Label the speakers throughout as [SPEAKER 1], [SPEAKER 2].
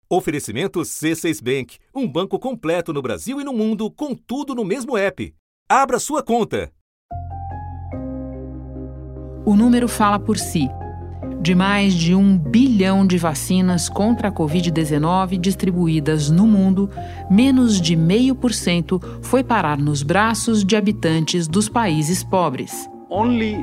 [SPEAKER 1] Oferecimento C6 Bank, um banco completo no Brasil e no mundo, com tudo no mesmo app. Abra sua conta.
[SPEAKER 2] O número fala por si. De mais de 1 bilhão de vacinas contra a Covid-19 distribuídas no mundo, menos de 0,5% foi parar nos braços de habitantes dos países pobres.
[SPEAKER 3] Only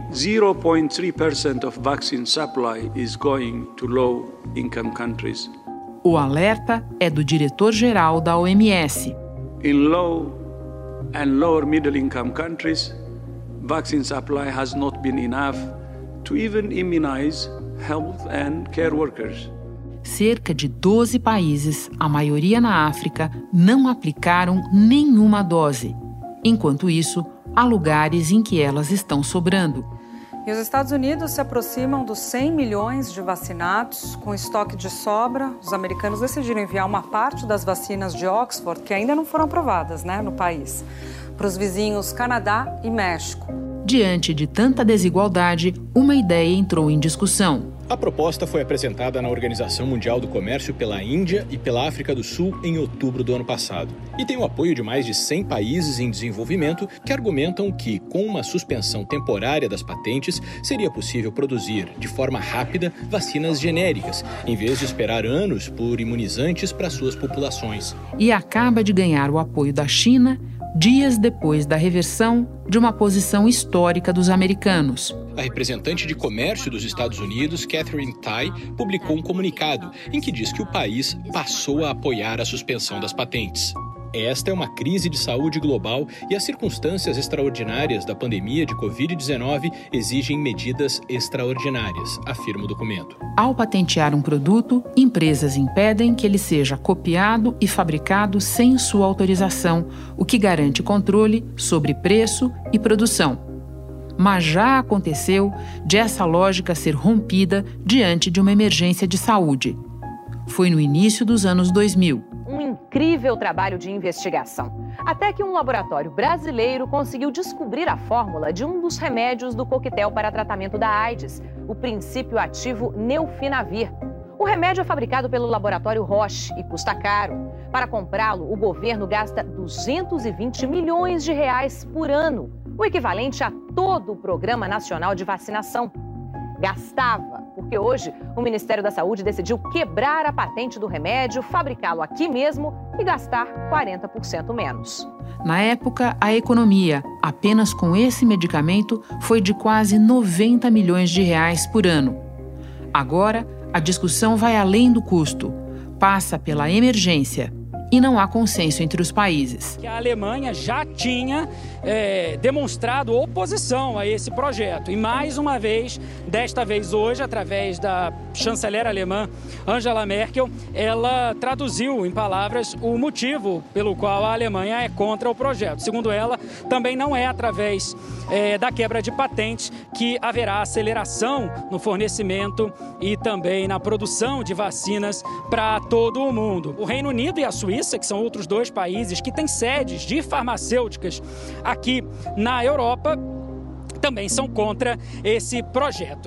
[SPEAKER 3] 0.3% of vaccine supply is going to low-income countries.
[SPEAKER 2] O alerta é do diretor-geral da OMS.
[SPEAKER 3] In low and lower middle-income countries, vaccine supply has not been enough to even immunize health and care workers.
[SPEAKER 2] Cerca de 12 países, a maioria na África, não aplicaram nenhuma dose. Enquanto isso, há lugares em que elas estão sobrando.
[SPEAKER 4] E os Estados Unidos se aproximam dos 100 milhões de vacinados. Com estoque de sobra, os americanos decidiram enviar uma parte das vacinas de Oxford, que ainda não foram aprovadas, no país, para os vizinhos Canadá e México.
[SPEAKER 2] Diante de tanta desigualdade, uma ideia entrou em discussão.
[SPEAKER 5] A proposta foi apresentada na Organização Mundial do Comércio pela Índia e pela África do Sul em outubro do ano passado. E tem o apoio de mais de 100 países em desenvolvimento que argumentam que, com uma suspensão temporária das patentes, seria possível produzir, de forma rápida, vacinas genéricas, em vez de esperar anos por imunizantes para suas populações.
[SPEAKER 2] E acaba de ganhar o apoio da China, dias depois da reversão de uma posição histórica dos americanos.
[SPEAKER 5] A representante de comércio dos Estados Unidos, Katherine Tai, publicou um comunicado em que diz que o país passou a apoiar a suspensão das patentes. Esta é uma crise de saúde global e as circunstâncias extraordinárias da pandemia de Covid-19 exigem medidas extraordinárias, afirma o documento.
[SPEAKER 2] Ao patentear um produto, empresas impedem que ele seja copiado e fabricado sem sua autorização, o que garante controle sobre preço e produção. Mas já aconteceu de essa lógica ser rompida diante de uma emergência de saúde. Foi no início dos anos 2000.
[SPEAKER 6] Um incrível trabalho de investigação. Até que um laboratório brasileiro conseguiu descobrir a fórmula de um dos remédios do coquetel para tratamento da AIDS, o princípio ativo Neofinavir. O remédio é fabricado pelo laboratório Roche e custa caro. Para comprá-lo, o governo gasta 220 milhões de reais por ano, o equivalente a todo o Programa Nacional de Vacinação. Gastava, porque hoje o Ministério da Saúde decidiu quebrar a patente do remédio, fabricá-lo aqui mesmo e gastar 40% menos.
[SPEAKER 2] Na época, a economia, apenas com esse medicamento, foi de quase 90 milhões de reais por ano. Agora, a discussão vai além do custo, passa pela emergência. E não há consenso entre os países.
[SPEAKER 7] A Alemanha já tinha demonstrado oposição a esse projeto. E mais uma vez, desta vez hoje, através da chanceler alemã Angela Merkel, ela traduziu em palavras o motivo pelo qual a Alemanha é contra o projeto. Segundo ela, também não é através da quebra de patentes que haverá aceleração no fornecimento e também na produção de vacinas para todo o mundo. O Reino Unido e a Suíça, que são outros dois países que têm sedes de farmacêuticas aqui na Europa, também são contra esse projeto.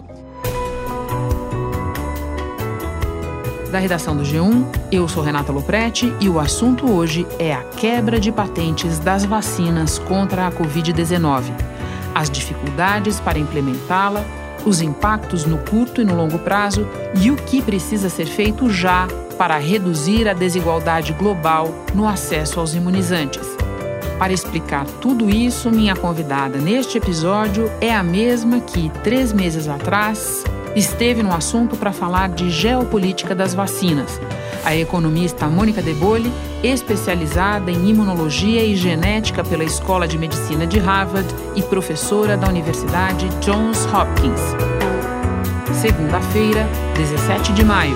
[SPEAKER 2] Da redação do G1, eu sou Renata Lopretti e o assunto hoje é a quebra de patentes das vacinas contra a Covid-19, as dificuldades para implementá-la, os impactos no curto e no longo prazo e o que precisa ser feito já para reduzir a desigualdade global no acesso aos imunizantes. Para explicar tudo isso, minha convidada neste episódio é a mesma que, 3 meses atrás, esteve no assunto para falar de geopolítica das vacinas. A economista Mônica De Bolle, especializada em imunologia e genética pela Escola de Medicina de Harvard e professora da Universidade Johns Hopkins. Segunda-feira, 17 de maio.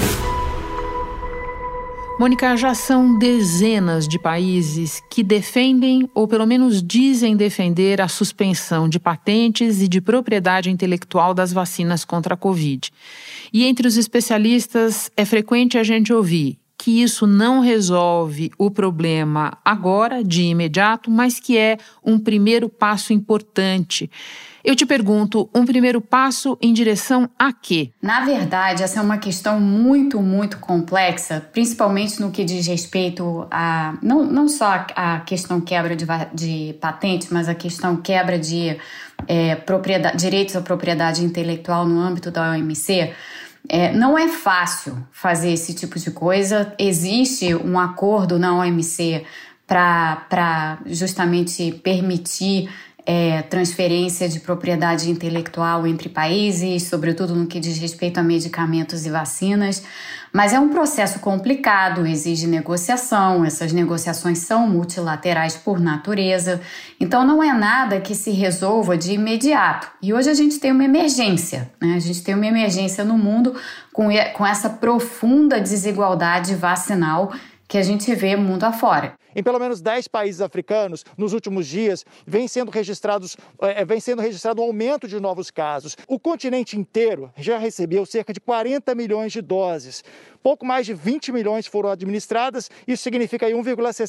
[SPEAKER 2] Mônica, já são dezenas de países que defendem, ou pelo menos dizem defender, a suspensão de patentes e de propriedade intelectual das vacinas contra a Covid. E entre os especialistas é frequente a gente ouvir que isso não resolve o problema agora, de imediato, mas que é um primeiro passo importante. Eu te pergunto, um primeiro passo em direção a quê?
[SPEAKER 8] Na verdade, essa é uma questão muito, muito complexa, principalmente no que diz respeito a não só a questão quebra de patente, mas a questão quebra de direitos à propriedade intelectual no âmbito da OMC. Não é fácil fazer esse tipo de coisa. Existe um acordo na OMC para justamente permitir transferência de propriedade intelectual entre países, sobretudo no que diz respeito a medicamentos e vacinas, mas é um processo complicado, exige negociação, essas negociações são multilaterais por natureza, então não é nada que se resolva de imediato. E hoje a gente tem uma emergência, né? A gente tem uma emergência no mundo com essa profunda desigualdade vacinal que a gente vê mundo afora.
[SPEAKER 9] Em pelo menos 10 países africanos, nos últimos dias, vem sendo registrado um aumento de novos casos. O continente inteiro já recebeu cerca de 40 milhões de doses. Pouco mais de 20 milhões foram administradas, isso significa aí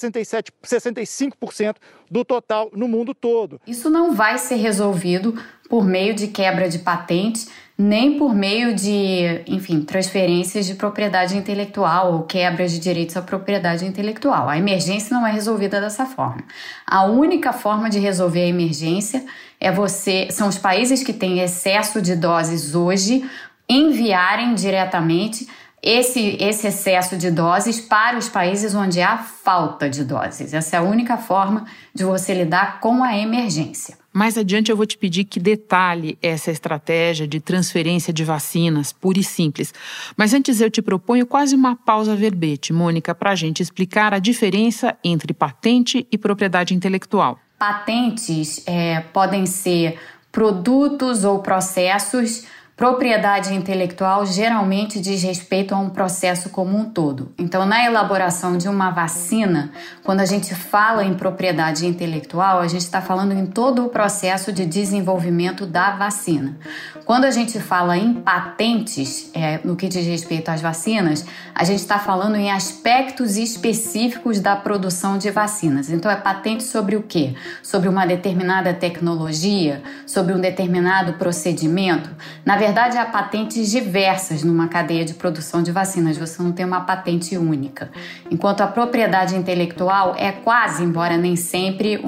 [SPEAKER 9] 1,65% do total no mundo todo.
[SPEAKER 8] Isso não vai ser resolvido por meio de quebra de patentes, nem por meio de, transferências de propriedade intelectual ou quebras de direitos à propriedade intelectual. A emergência não é resolvida dessa forma. A única forma de resolver a emergência são os países que têm excesso de doses hoje enviarem diretamente esse excesso de doses para os países onde há falta de doses. Essa é a única forma de você lidar com a emergência.
[SPEAKER 2] Mais adiante eu vou te pedir que detalhe essa estratégia de transferência de vacinas, pura e simples. Mas antes eu te proponho quase uma pausa verbete, Mônica, para a gente explicar a diferença entre patente e propriedade intelectual.
[SPEAKER 8] Patentes podem ser produtos ou processos. Propriedade intelectual geralmente diz respeito a um processo como um todo. Então, na elaboração de uma vacina, quando a gente fala em propriedade intelectual, a gente está falando em todo o processo de desenvolvimento da vacina. Quando a gente fala em patentes, no que diz respeito às vacinas, a gente está falando em aspectos específicos da produção de vacinas. Então, é patente sobre o quê? Sobre uma determinada tecnologia, sobre um determinado procedimento. Na verdade, há patentes diversas numa cadeia de produção de vacinas. Você não tem uma patente única. Enquanto a propriedade intelectual é quase, embora nem sempre,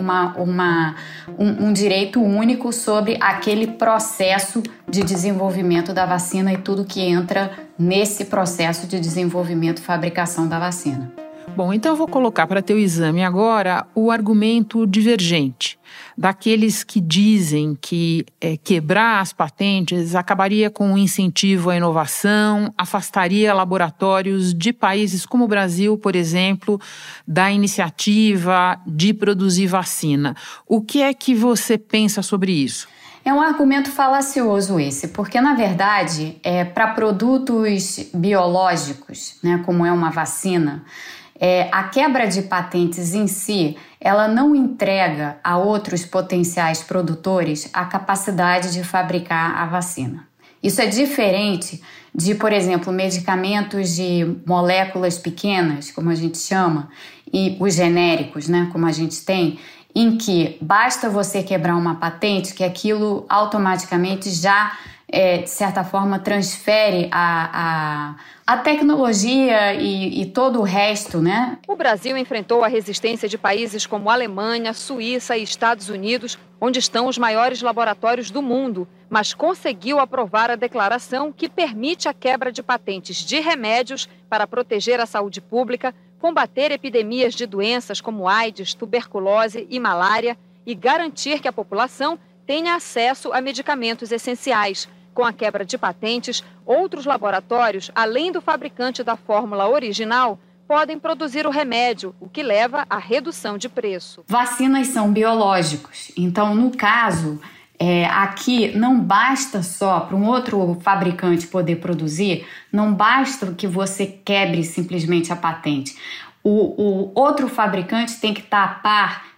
[SPEAKER 8] um direito único sobre aquele processo de desenvolvimento da vacina e tudo que entra nesse processo de desenvolvimento e fabricação da vacina.
[SPEAKER 2] Bom, então eu vou colocar para teu exame agora o argumento divergente, daqueles que dizem que quebrar as patentes acabaria com o incentivo à inovação, afastaria laboratórios de países como o Brasil, por exemplo, da iniciativa de produzir vacina. O que é que você pensa sobre isso?
[SPEAKER 8] É um argumento falacioso esse, porque, na verdade, para produtos biológicos, né, como é uma vacina, a quebra de patentes em si, ela não entrega a outros potenciais produtores a capacidade de fabricar a vacina. Isso é diferente de, por exemplo, medicamentos de moléculas pequenas, como a gente chama, e os genéricos, né, como a gente tem, em que basta você quebrar uma patente que aquilo automaticamente já, de certa forma, transfere a tecnologia e todo o resto, né?
[SPEAKER 6] O Brasil enfrentou a resistência de países como Alemanha, Suíça e Estados Unidos, onde estão os maiores laboratórios do mundo, mas conseguiu aprovar a declaração que permite a quebra de patentes de remédios para proteger a saúde pública, combater epidemias de doenças como AIDS, tuberculose e malária e garantir que a população tenha acesso a medicamentos essenciais. Com a quebra de patentes, outros laboratórios, além do fabricante da fórmula original, podem produzir o remédio, o que leva à redução de preço.
[SPEAKER 8] Vacinas são biológicos, então, no caso, aqui não basta só para um outro fabricante poder produzir, não basta que você quebre simplesmente a patente. O outro fabricante tem que estar a par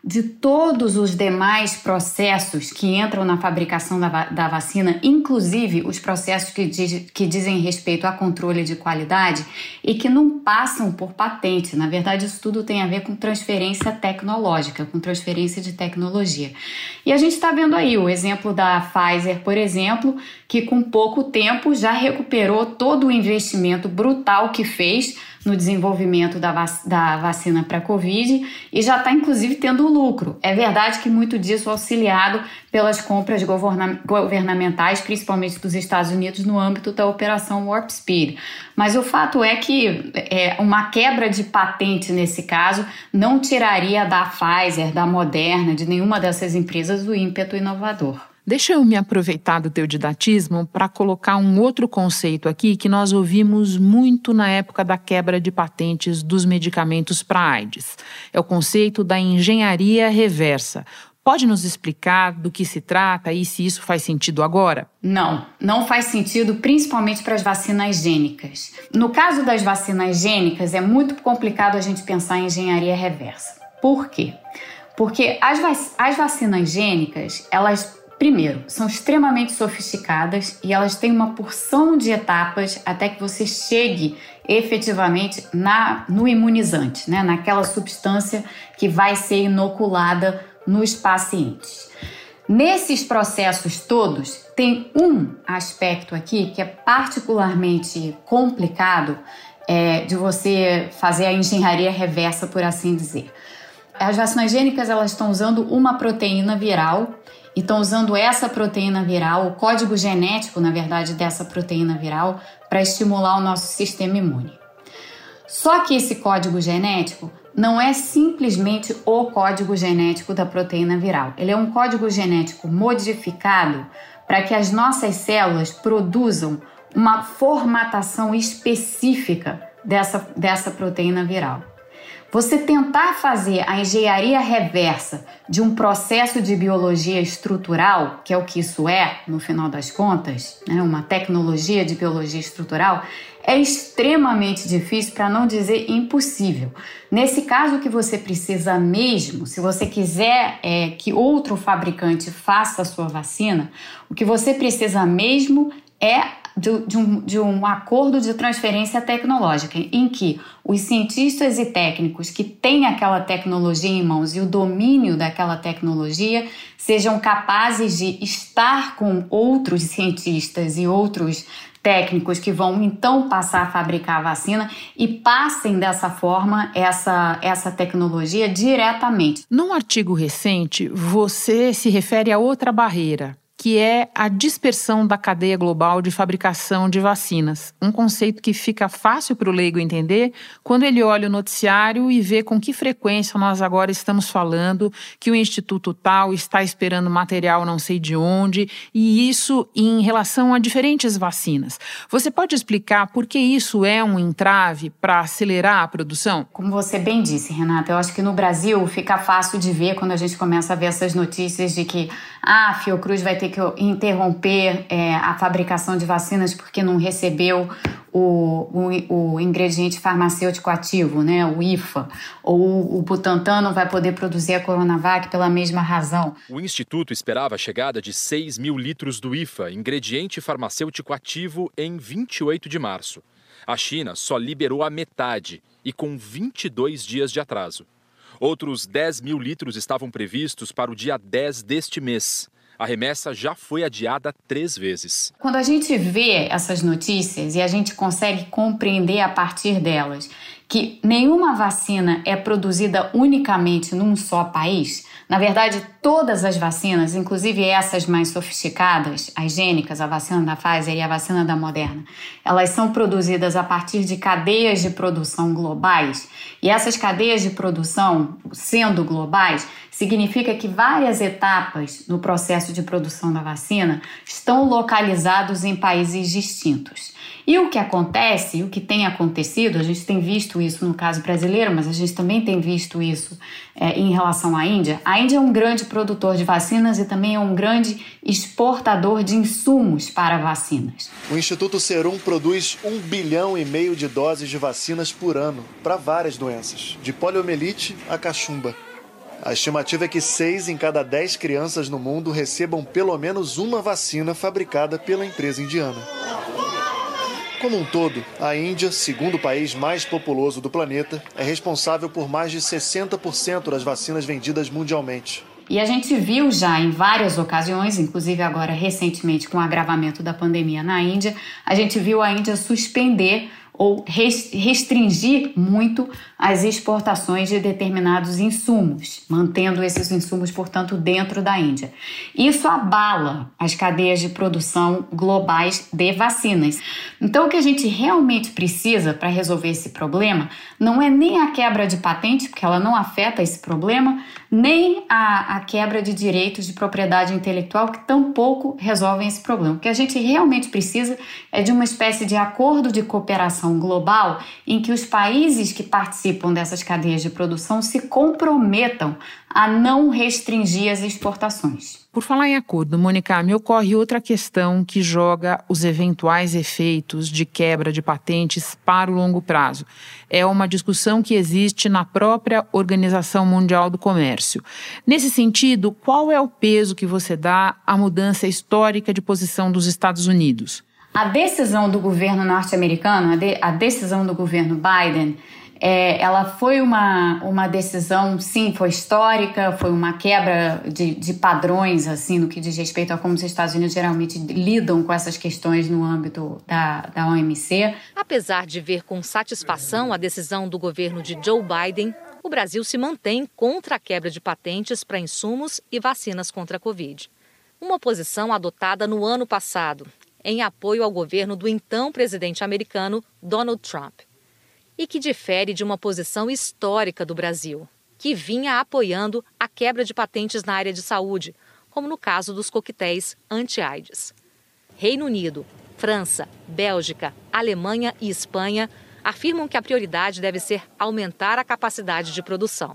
[SPEAKER 8] de todos os demais processos que entram na fabricação da vacina, inclusive os processos que dizem respeito a controle de qualidade e que não passam por patente. Na verdade, isso tudo tem a ver com transferência tecnológica, com transferência de tecnologia. E a gente está vendo aí o exemplo da Pfizer, por exemplo, que com pouco tempo já recuperou todo o investimento brutal que fez no desenvolvimento da vacina para a Covid e já está, inclusive, tendo lucro. É verdade que muito disso auxiliado pelas compras governamentais, principalmente dos Estados Unidos, no âmbito da Operação Warp Speed. Mas o fato é que uma quebra de patente, nesse caso, não tiraria da Pfizer, da Moderna, de nenhuma dessas empresas o ímpeto inovador.
[SPEAKER 2] Deixa eu me aproveitar do teu didatismo para colocar um outro conceito aqui que nós ouvimos muito na época da quebra de patentes dos medicamentos para AIDS. É o conceito da engenharia reversa. Pode nos explicar do que se trata e se isso faz sentido agora?
[SPEAKER 8] Não faz sentido, principalmente para as vacinas gênicas. No caso das vacinas gênicas, é muito complicado a gente pensar em engenharia reversa. Por quê? Porque as vacinas gênicas, elas, primeiro, são extremamente sofisticadas e elas têm uma porção de etapas até que você chegue efetivamente no imunizante, né? Naquela substância que vai ser inoculada nos pacientes. Nesses processos todos, tem um aspecto aqui que é particularmente complicado de você fazer a engenharia reversa, por assim dizer. As vacinas gênicas, elas estão usando uma proteína viral e estão usando essa proteína viral, o código genético, na verdade, dessa proteína viral, para estimular o nosso sistema imune. Só que esse código genético não é simplesmente o código genético da proteína viral. Ele é um código genético modificado para que as nossas células produzam uma formatação específica dessa proteína viral. Você tentar fazer a engenharia reversa de um processo de biologia estrutural, que é o que isso é, no final das contas, né, uma tecnologia de biologia estrutural, é extremamente difícil, para não dizer impossível. Nesse caso, o que você precisa mesmo, se você quiser que outro fabricante faça a sua vacina, o que você precisa mesmo é de um acordo de transferência tecnológica, em que os cientistas e técnicos que têm aquela tecnologia em mãos e o domínio daquela tecnologia sejam capazes de estar com outros cientistas e outros técnicos que vão então passar a fabricar a vacina e passem dessa forma essa tecnologia diretamente.
[SPEAKER 2] Num artigo recente, você se refere a outra barreira, que é a dispersão da cadeia global de fabricação de vacinas. Um conceito que fica fácil para o leigo entender quando ele olha o noticiário e vê com que frequência nós agora estamos falando que o Instituto tal está esperando material não sei de onde, e isso em relação a diferentes vacinas. Você pode explicar por que isso é um entrave para acelerar a produção?
[SPEAKER 8] Como você bem disse, Renata, eu acho que no Brasil fica fácil de ver quando a gente começa a ver essas notícias de que a Fiocruz vai ter que interromper a fabricação de vacinas porque não recebeu o ingrediente farmacêutico ativo, né, o IFA, ou o Butantan não vai poder produzir a Coronavac pela mesma razão.
[SPEAKER 10] O Instituto esperava a chegada de 6 mil litros do IFA, ingrediente farmacêutico ativo, em 28 de março. A China só liberou a metade e com 22 dias de atraso. Outros 10 mil litros estavam previstos para o dia 10 deste mês. A remessa já foi adiada 3 vezes.
[SPEAKER 8] Quando a gente vê essas notícias e a gente consegue compreender a partir delas que nenhuma vacina é produzida unicamente num só país, na verdade, todas as vacinas, inclusive essas mais sofisticadas, as gênicas, a vacina da Pfizer e a vacina da Moderna, elas são produzidas a partir de cadeias de produção globais. E essas cadeias de produção, sendo globais, significa que várias etapas no processo de produção da vacina estão localizados em países distintos. E o que acontece, o que tem acontecido, a gente tem visto isso no caso brasileiro, mas a gente também tem visto isso em relação à Índia. A Índia é um grande produtor de vacinas e também é um grande exportador de insumos para vacinas.
[SPEAKER 11] O Instituto Serum produz 1,5 bilhão de doses de vacinas por ano para várias doenças, de poliomielite a cachumba. A estimativa é que 6 em cada 10 crianças no mundo recebam pelo menos uma vacina fabricada pela empresa indiana. Como um todo, a Índia, segundo país mais populoso do planeta, é responsável por mais de 60% das vacinas vendidas mundialmente.
[SPEAKER 8] E a gente viu já em várias ocasiões, inclusive agora recentemente com o agravamento da pandemia na Índia, a gente viu a Índia suspender ou restringir muito as exportações de determinados insumos, mantendo esses insumos, portanto, dentro da Índia. Isso abala as cadeias de produção globais de vacinas. Então, o que a gente realmente precisa para resolver esse problema não é nem a quebra de patente, porque ela não afeta esse problema, nem a quebra de direitos de propriedade intelectual, que tampouco resolvem esse problema. O que a gente realmente precisa é de uma espécie de acordo de cooperação global em que os países que participam dessas cadeias de produção se comprometam a não restringir as exportações.
[SPEAKER 2] Por falar em acordo, Mônica, me ocorre outra questão que joga os eventuais efeitos de quebra de patentes para o longo prazo. É uma discussão que existe na própria Organização Mundial do Comércio. Nesse sentido, qual é o peso que você dá à mudança histórica de posição dos Estados Unidos?
[SPEAKER 8] A decisão do governo norte-americano, a decisão do governo Biden, ela foi uma decisão, sim, foi histórica, foi uma quebra de padrões, assim, no que diz respeito a como os Estados Unidos geralmente lidam com essas questões no âmbito da OMC.
[SPEAKER 6] Apesar de ver com satisfação a decisão do governo de Joe Biden, o Brasil se mantém contra a quebra de patentes para insumos e vacinas contra a Covid. Uma posição adotada no ano passado, em apoio ao governo do então presidente americano Donald Trump, e que difere de uma posição histórica do Brasil, que vinha apoiando a quebra de patentes na área de saúde, como no caso dos coquetéis anti-AIDS. Reino Unido, França, Bélgica, Alemanha e Espanha afirmam que a prioridade deve ser aumentar a capacidade de produção.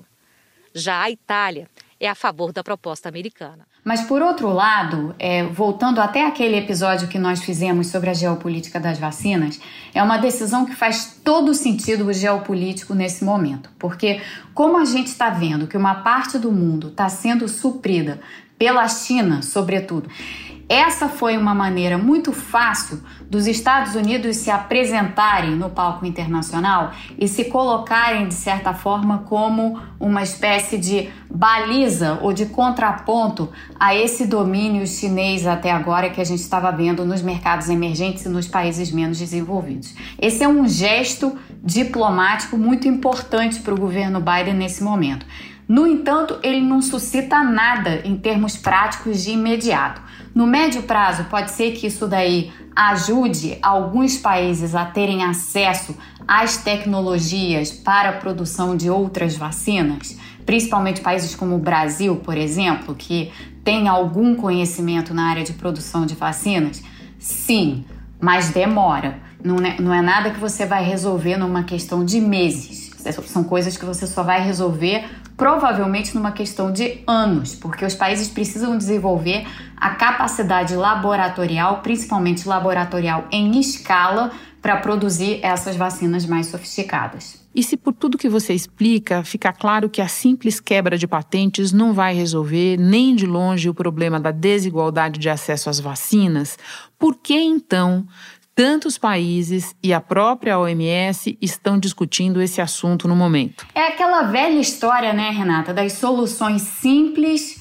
[SPEAKER 6] Já a Itália é a favor da proposta americana.
[SPEAKER 8] Mas, por outro lado, voltando até aquele episódio que nós fizemos sobre a geopolítica das vacinas, é uma decisão que faz todo sentido geopolítico nesse momento. Porque, como a gente está vendo que uma parte do mundo está sendo suprida pela China, sobretudo, essa foi uma maneira muito fácil dos Estados Unidos se apresentarem no palco internacional e se colocarem, de certa forma, como uma espécie de baliza ou de contraponto a esse domínio chinês até agora que a gente estava vendo nos mercados emergentes e nos países menos desenvolvidos. Esse é um gesto diplomático muito importante para o governo Biden nesse momento. No entanto, ele não suscita nada em termos práticos de imediato. No médio prazo, pode ser que isso daí ajude alguns países a terem acesso às tecnologias para a produção de outras vacinas, principalmente países como o Brasil, por exemplo, que tem algum conhecimento na área de produção de vacinas. Sim, mas demora. Não é nada que você vai resolver numa questão de meses. São coisas que você só vai resolver provavelmente numa questão de anos, porque os países precisam desenvolver a capacidade laboratorial, principalmente laboratorial em escala, para produzir essas vacinas mais sofisticadas.
[SPEAKER 2] E se por tudo que você explica, fica claro que a simples quebra de patentes não vai resolver nem de longe o problema da desigualdade de acesso às vacinas, por que então tantos países e a própria OMS estão discutindo esse assunto no momento?
[SPEAKER 8] É aquela velha história, né, Renata, das soluções simples,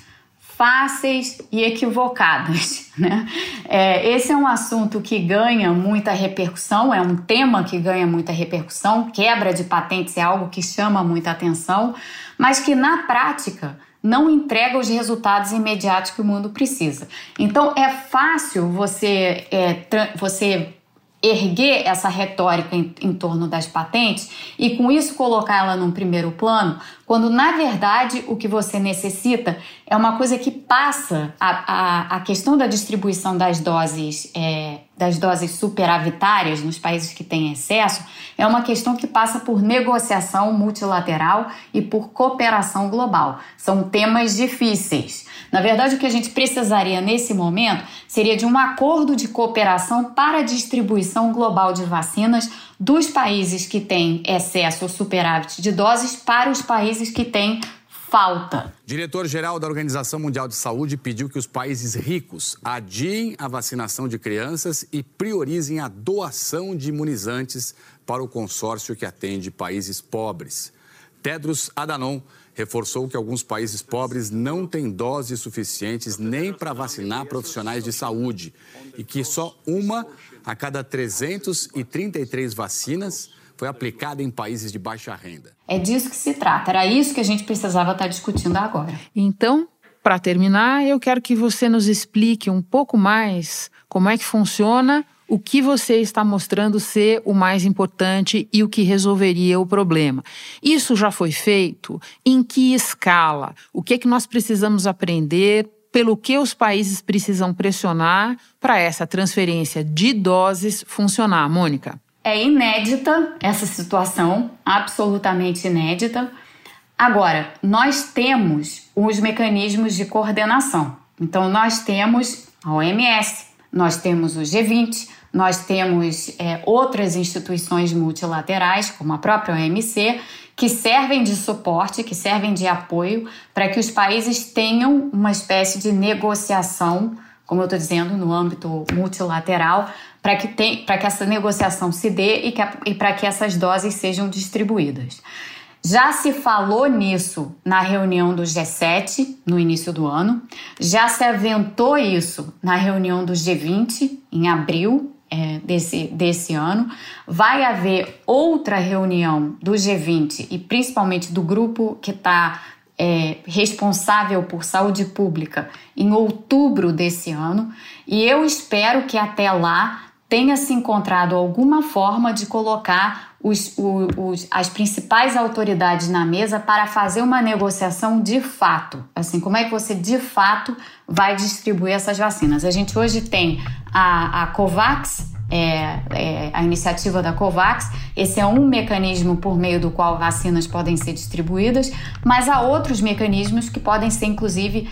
[SPEAKER 8] fáceis e equivocadas, né? Esse é um assunto que ganha muita repercussão, é um tema que ganha muita repercussão, quebra de patentes é algo que chama muita atenção, mas que na prática não entrega os resultados imediatos que o mundo precisa. Então é fácil você erguer essa retórica em torno das patentes e com isso colocá-la num primeiro plano, quando na verdade o que você necessita é uma coisa que passa a questão da distribuição das doses superavitárias nos países que têm excesso, é uma questão que passa por negociação multilateral e por cooperação global. São temas difíceis. Na verdade, o que a gente precisaria nesse momento seria de um acordo de cooperação para a distribuição global de vacinas dos países que têm excesso ou superávit de doses para os países que têm falta.
[SPEAKER 12] Diretor-geral da Organização Mundial de Saúde pediu que os países ricos adiem a vacinação de crianças e priorizem a doação de imunizantes para o consórcio que atende países pobres. Tedros Adhanom reforçou que alguns países pobres não têm doses suficientes nem para vacinar profissionais de saúde e que só uma a cada 333 vacinas foi aplicada em países de baixa renda.
[SPEAKER 8] É disso que se trata. Era isso que a gente precisava estar discutindo agora.
[SPEAKER 2] Então, para terminar, eu quero que você nos explique um pouco mais como é que funciona, o que você está mostrando ser o mais importante e o que resolveria o problema. Isso já foi feito? Em que escala? O que é que nós precisamos aprender? Pelo que os países precisam pressionar para essa transferência de doses funcionar? Mônica?
[SPEAKER 8] É inédita essa situação, absolutamente inédita. Agora, nós temos os mecanismos de coordenação. Então, nós temos a OMS, nós temos o G20, nós temos outras instituições multilaterais, como a própria OMC, que servem de suporte, que servem de apoio para que os países tenham uma espécie de negociação, como eu estou dizendo, no âmbito multilateral, para que essa negociação se dê e para que essas doses sejam distribuídas. Já se falou nisso na reunião do G7, no início do ano, já se aventou isso na reunião do G20, em abril desse ano. Vai haver outra reunião do G20 e principalmente do grupo que está responsável por saúde pública em outubro desse ano, e eu espero que até lá tenha se encontrado alguma forma de colocar as principais autoridades na mesa para fazer uma negociação de fato. Assim, como é que você de fato vai distribuir essas vacinas? A gente hoje tem a COVAX, a iniciativa da COVAX. Esse é um mecanismo por meio do qual vacinas podem ser distribuídas, mas há outros mecanismos que podem ser, inclusive,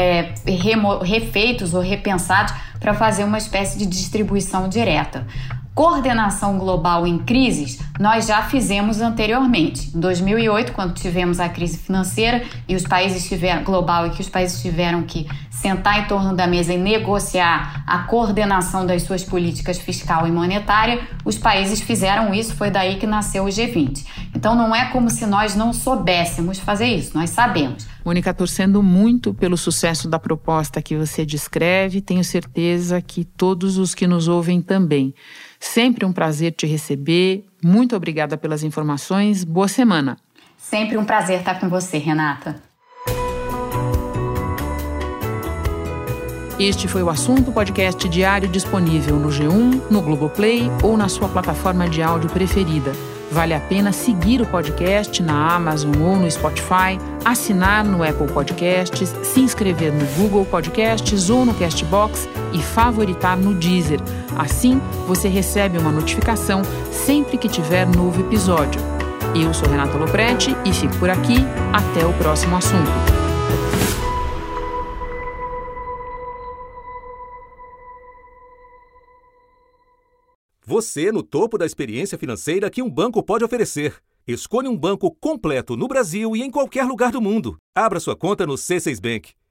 [SPEAKER 8] refeitos ou repensados para fazer uma espécie de distribuição direta. Coordenação global em crises, nós já fizemos anteriormente. Em 2008, quando tivemos a crise financeira e os países tiveram que sentar em torno da mesa e negociar a coordenação das suas políticas fiscal e monetária, os países fizeram isso, foi daí que nasceu o G20. Então não é como se nós não soubéssemos fazer isso, nós sabemos.
[SPEAKER 2] Mônica, torcendo muito pelo sucesso da proposta que você descreve, tenho certeza que todos os que nos ouvem também. Sempre um prazer te receber, muito obrigada pelas informações, boa semana.
[SPEAKER 8] Sempre um prazer estar com você, Renata.
[SPEAKER 2] Este foi o Assunto, podcast diário disponível no G1, no Globoplay ou na sua plataforma de áudio preferida. Vale a pena seguir o podcast na Amazon ou no Spotify, assinar no Apple Podcasts, se inscrever no Google Podcasts ou no Castbox e favoritar no Deezer. Assim, você recebe uma notificação sempre que tiver novo episódio. Eu sou Renata Lopretti e fico por aqui. Até o próximo assunto.
[SPEAKER 1] Você no topo da experiência financeira que um banco pode oferecer. Escolha um banco completo no Brasil e em qualquer lugar do mundo. Abra sua conta no C6 Bank.